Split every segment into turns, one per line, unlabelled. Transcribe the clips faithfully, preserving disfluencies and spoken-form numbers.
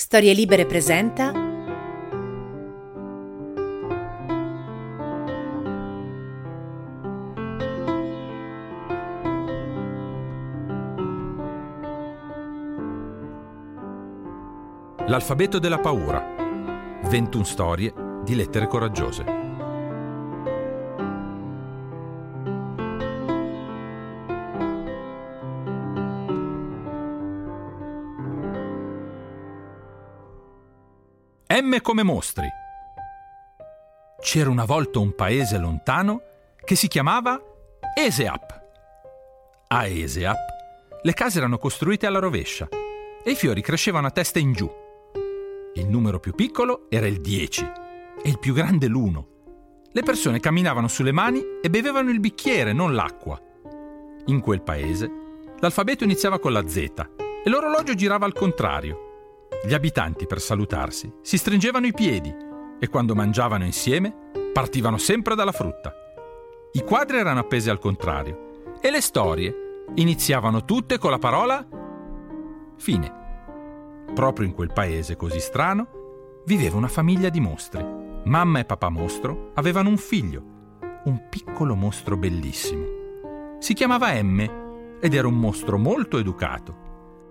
Storie Libere presenta
L'alfabeto della paura. ventuno storie di lettere coraggiose. M come mostri. C'era una volta un paese lontano che si chiamava Eseap. A Eseap le case erano costruite alla rovescia e i fiori crescevano a testa in giù. Il numero più piccolo era il dieci e il più grande l'uno. Le persone camminavano sulle mani e bevevano il bicchiere, non l'acqua. In quel paese l'alfabeto iniziava con la Z e l'orologio girava al contrario. Gli abitanti, per salutarsi, si stringevano i piedi e quando mangiavano insieme partivano sempre dalla frutta. I quadri erano appesi al contrario e le storie iniziavano tutte con la parola fine. Proprio in quel paese così strano viveva una famiglia di mostri. Mamma e papà mostro avevano un figlio, un piccolo mostro bellissimo. Si chiamava M ed era un mostro molto educato.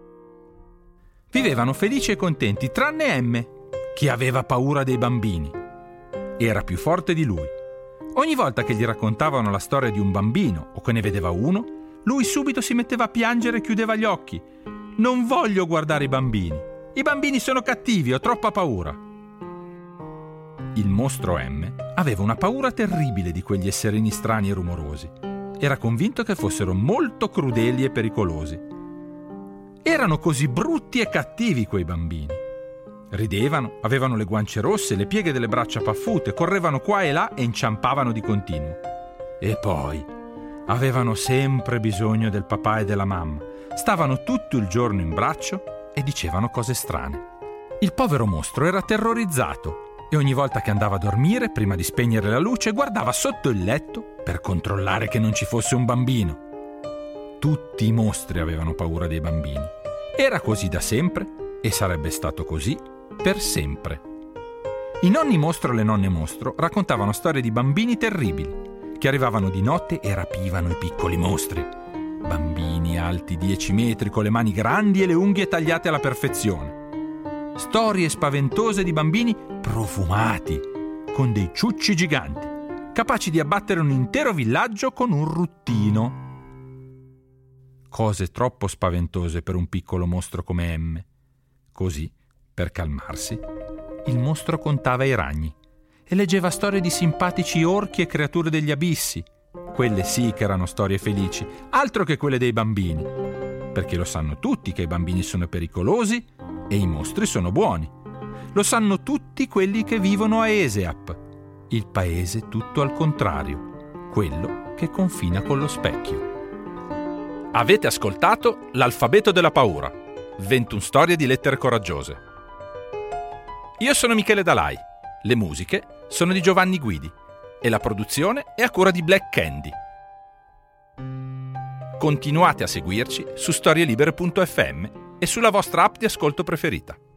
Vivevano felici e contenti, tranne M, che aveva paura dei bambini. Era più forte di lui. Ogni volta che gli raccontavano la storia di un bambino o che ne vedeva uno, lui subito si metteva a piangere e chiudeva gli occhi. Non voglio guardare i bambini. I bambini sono cattivi, ho troppa paura. Il mostro M aveva una paura terribile di quegli esserini strani e rumorosi. Era convinto che fossero molto crudeli e pericolosi. Erano così brutti e cattivi quei bambini. Ridevano, avevano le guance rosse, le pieghe delle braccia paffute, correvano qua e là e inciampavano di continuo. E poi avevano sempre bisogno del papà e della mamma. Stavano tutto il giorno in braccio e dicevano cose strane. Il povero mostro era terrorizzato e ogni volta che andava a dormire, prima di spegnere la luce, guardava sotto il letto per controllare che non ci fosse un bambino. Tutti i mostri avevano paura dei bambini. Era così da sempre e sarebbe stato così per sempre. I nonni mostro e le nonne mostro raccontavano storie di bambini terribili che arrivavano di notte e rapivano i piccoli mostri. Bambini alti dieci metri con le mani grandi e le unghie tagliate alla perfezione. Storie spaventose di bambini profumati, con dei ciucci giganti, capaci di abbattere un intero villaggio con un ruttino. Cose troppo spaventose per un piccolo mostro come M. Così, per calmarsi, il mostro contava i ragni e leggeva storie di simpatici orchi e creature degli abissi. Quelle sì che erano storie felici, altro che quelle dei bambini, perché lo sanno tutti che i bambini sono pericolosi e i mostri sono buoni. Lo sanno tutti quelli che vivono a Eseap, il paese tutto al contrario, quello che confina con lo specchio. Avete ascoltato L'alfabeto della paura, ventuno storie di lettere coraggiose. Io sono Michele Dalai, le musiche sono di Giovanni Guidi e la produzione è a cura di Black Candy. Continuate a seguirci su storielibere punto effe emme e sulla vostra app di ascolto preferita.